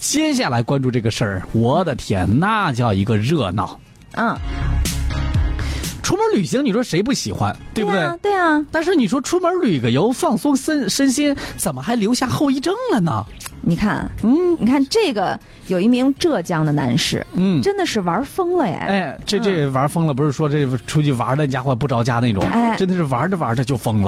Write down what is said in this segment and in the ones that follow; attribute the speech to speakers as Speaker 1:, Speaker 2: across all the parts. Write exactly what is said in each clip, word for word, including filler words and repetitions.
Speaker 1: 接下来关注这个事儿，我的天，那叫一个热闹。
Speaker 2: 嗯。
Speaker 1: 出门旅行，你说谁不喜欢，对不对？
Speaker 2: 对啊，对啊。
Speaker 1: 但是你说出门旅个游，放松身身心，怎么还留下后遗症了呢？
Speaker 2: 你看，
Speaker 1: 嗯，
Speaker 2: 你看这个有一名浙江的男士，嗯，真的是玩疯了耶！
Speaker 1: 哎，这这玩疯了，不是说这出去玩的家伙不着家那种，哎，真的是玩着玩着就疯了。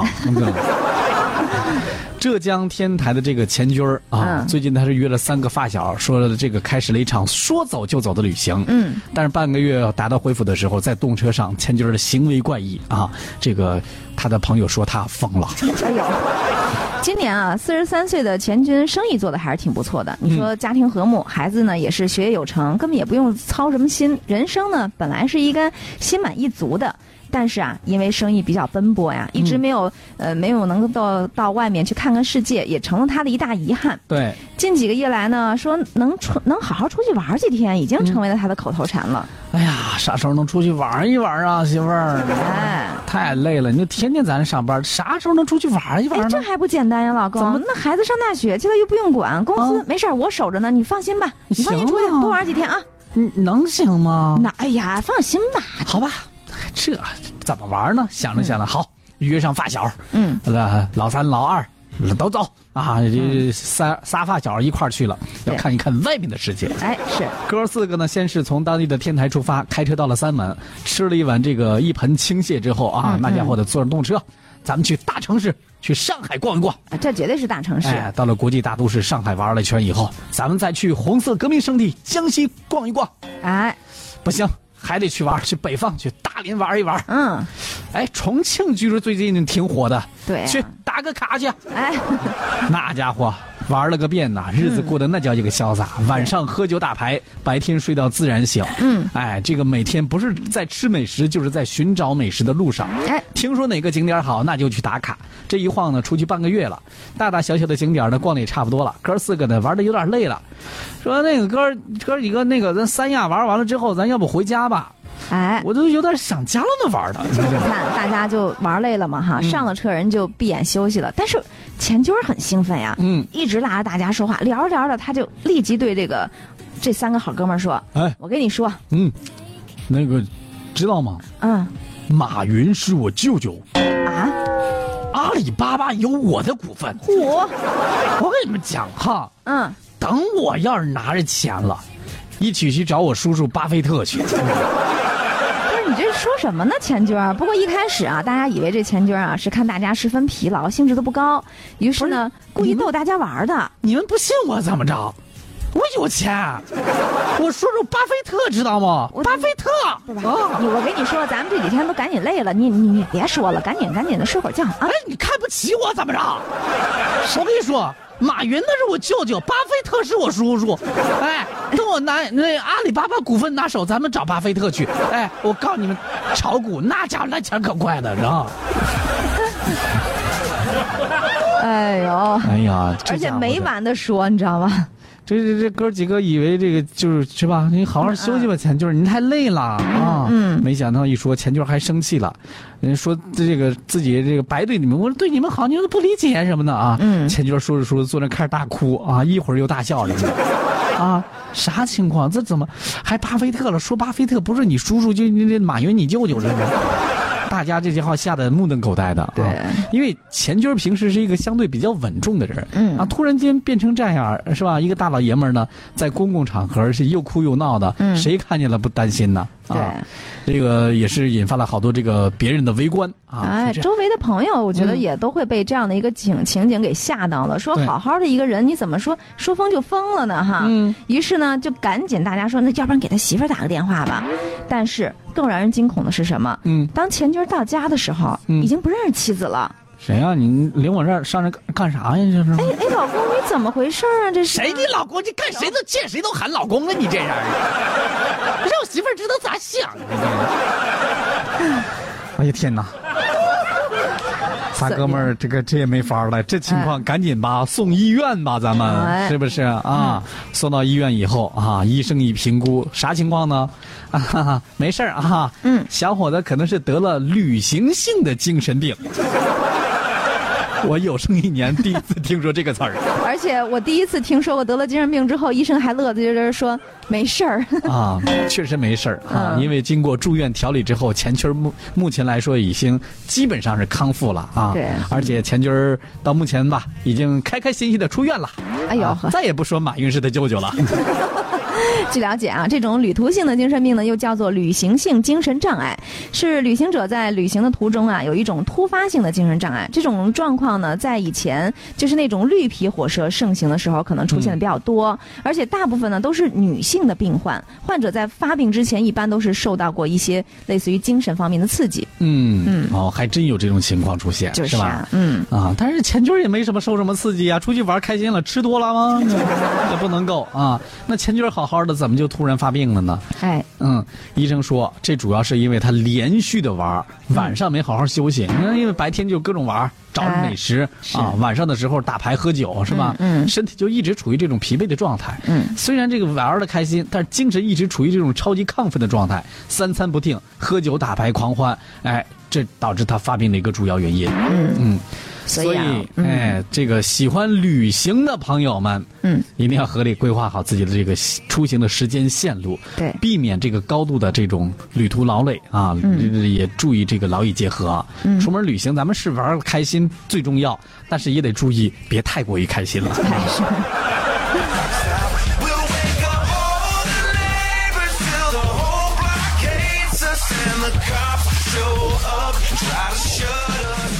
Speaker 1: 浙江天台的这个钱军儿啊、嗯，最近他是约了三个发小，说这个开始了一场说走就走的旅行。嗯，但是半个月达到恢复的时候，在动车上，钱军儿的行为怪异啊，这个他的朋友说他疯了。
Speaker 2: 哎呦，今年啊，四十三岁的钱军生意做的还是挺不错的。你说家庭和睦，嗯、孩子呢也是学业有成，根本也不用操什么心，人生呢本来是一个心满意足的。但是啊，因为生意比较奔波呀，一直没有、嗯、呃没有能够到到外面去看看世界，也成了他的一大遗憾。
Speaker 1: 对，
Speaker 2: 近几个月来呢，说能出能好好出去玩几天，已经成为了他的口头禅了。
Speaker 1: 嗯、哎呀，啥时候能出去玩一玩啊，媳妇儿？哎，太累了，你就天天在那上班，啥时候能出去玩一玩呢？
Speaker 2: 哎，这还不简单呀，老公。怎么？那孩子上大学去了又不用管，公司、啊、没事我守着呢，你放心吧，你放心出去多玩几天啊。
Speaker 1: 你能行吗？
Speaker 2: 那哎呀，放心吧。
Speaker 1: 好吧。这怎么玩呢？想着想着，嗯、好，约上发小，嗯，老三、老二都走啊！这仨仨发小一块儿去了，要看一看外面的世界。
Speaker 2: 哎，是
Speaker 1: 哥四个呢，先是从当地的天台出发，开车到了三门，吃了一碗这个一盆青蟹之后啊，嗯、那家伙的坐上动车，咱们去大城市，去上海逛一逛。
Speaker 2: 啊，这绝对是大城市。
Speaker 1: 哎，到了国际大都市上海玩了一圈以后，咱们再去红色革命圣地江西逛一逛。
Speaker 2: 哎，
Speaker 1: 不行。还得去玩，去北方，去大连玩一玩。
Speaker 2: 嗯，
Speaker 1: 哎，重庆据说最近挺火的，
Speaker 2: 对、啊，
Speaker 1: 去打个卡去。
Speaker 2: 哎，
Speaker 1: 那家伙玩了个遍呐，日子过得那叫一个潇洒。嗯、晚上喝酒打牌，白天睡到自然醒。嗯，哎，这个每天不是在吃美食，就是在寻找美食的路上。哎，听说哪个景点好，那就去打卡。这一晃呢，出去半个月了，大大小小的景点呢逛的也差不多了。哥四个呢玩的有点累了，说那个哥哥几个那个咱三亚玩完了之后，咱要不回家吧？
Speaker 2: 哎，
Speaker 1: 我都有点想家了那玩的。
Speaker 2: 你看大家就玩累了嘛哈，嗯、上了车人就闭眼休息了。但是钱军很兴奋呀，嗯，一直拉着大家说话，聊着聊着他就立即对这个这三个好哥们说：“哎，我跟你说，
Speaker 1: 嗯，那个知道吗？嗯，马云是我舅舅啊，阿里巴巴有我的股份。我，我跟你们讲哈，嗯，等我要是拿着钱了。”一起去找我叔叔巴菲特去。
Speaker 2: 不是你这说什么呢，钱军？不过一开始啊，大家以为这钱军啊是看大家十分疲劳，兴致都不高，于是呢故意逗大家玩的。
Speaker 1: 你们不信我怎么着？我有钱，我叔叔巴菲特知道吗？巴菲特，
Speaker 2: 对吧？哦、你我跟你说，咱们这几天都赶紧累了，你你你别说了，赶紧赶紧的睡会儿觉啊！
Speaker 1: 哎，你看不起我怎么着？我跟你说。马云那是我舅舅，巴菲特是我叔叔。哎，等我拿那阿里巴巴股份拿手，咱们找巴菲特去。哎，我告诉你们，炒股那家伙那钱可快的，知道吗？
Speaker 2: 哎呦，
Speaker 1: 哎呀，
Speaker 2: 而且每晚的说，你知道吗？
Speaker 1: 这这这哥几个以为这个就是是吧？你好好休息吧，钱军，你太累了啊！嗯，没想到一说钱军还生气了，人说这个自己这个白对你们，我说对你们好，你们不理解什么的啊！嗯，钱军说着说着坐那开始大哭啊，一会儿又大笑什么的。啊，啥情况？这怎么还巴菲特了？说巴菲特不是你叔叔，就你这马云你舅舅是吗？大家这句话吓得目瞪口呆的啊！
Speaker 2: 对，
Speaker 1: 因为钱军平时是一个相对比较稳重的人，嗯啊，突然间变成这样，是吧？一个大老爷们儿呢，在公共场合是又哭又闹的，嗯，谁看见了不担心呢？
Speaker 2: 对，
Speaker 1: 啊，这个也是引发了好多这个别人的围观啊！
Speaker 2: 哎，周围的朋友，我觉得也都会被这样的一个情情景给吓到了。说好好的一个人，你怎么说说疯就疯了呢？哈，嗯，于是呢，就赶紧大家说，那要不然给他媳妇儿打个电话吧。但是更让人惊恐的是什么？嗯，当钱军到家的时候，嗯，已经不认识妻子了。
Speaker 1: 谁啊？你领我这儿上这干啥呀？这是？
Speaker 2: 哎哎，老公，你怎么回事啊？这是
Speaker 1: 谁的老公？你看谁都见谁都喊老公啊！你这样，让我媳妇儿知道咋想啊！哎呀天哪！仨哥们儿，这个这也没法了，这情况赶紧吧，送医院吧，咱们、哎、是不是啊？嗯、送到医院以后啊，医生一评估，啥情况呢？啊哈哈，没事啊，嗯，小伙子可能是得了旅行性的精神病。 我有生一年第一次听说这个词儿。
Speaker 2: 而且我第一次听说我得了精神病之后，医生还乐得就是说没事儿
Speaker 1: 啊，确实没事儿啊、嗯，因为经过住院调理之后，前裙目目前来说已经基本上是康复了啊。
Speaker 2: 对，
Speaker 1: 而且前裙儿到目前吧，已经开开心心的出院了。
Speaker 2: 哎呦，
Speaker 1: 啊、再也不说马云是他舅舅了。
Speaker 2: 据了解啊，这种旅途性的精神病呢，又叫做旅行性精神障碍，是旅行者在旅行的途中啊，有一种突发性的精神障碍。这种状况呢，在以前就是那种绿皮火车盛行的时候，可能出现的比较多，嗯、而且大部分呢都是女性的病患。患者在发病之前，一般都是受到过一些类似于精神方面的刺激。
Speaker 1: 嗯嗯，哦，还真有这种情况出现，
Speaker 2: 就是、
Speaker 1: 是吧？
Speaker 2: 嗯
Speaker 1: 啊，但是前军也没什么受什么刺激啊，出去玩开心了，吃多了吗？也不能够啊。那前军好好的，怎么就突然发病了呢？
Speaker 2: 哎，
Speaker 1: 嗯，医生说这主要是因为他连续的玩，晚上没好好休息。那、嗯、因为白天就各种玩，找着美食、哎、啊，晚上的时候打牌喝酒，是吧？
Speaker 2: 嗯，嗯
Speaker 1: 身体就一直处于这种疲惫的状态。
Speaker 2: 嗯，
Speaker 1: 虽然这个玩的开心，但是精神一直处于这种超级亢奋的状态，三餐不停，喝酒打牌狂欢，哎，这导致他发病的一个主要原因。
Speaker 2: 嗯
Speaker 1: 嗯。
Speaker 2: 所以、啊，
Speaker 1: 所以哎、嗯，这个喜欢旅行的朋友们，
Speaker 2: 嗯，
Speaker 1: 一定要合理规划好自己的这个出行的时间线路，
Speaker 2: 对，
Speaker 1: 避免这个高度的这种旅途劳累啊，嗯、也注意这个劳逸结合。嗯，出门旅行，咱们是玩开心最重要，但是也得注意别太过于开心了。
Speaker 3: And the cops show up and try to shut us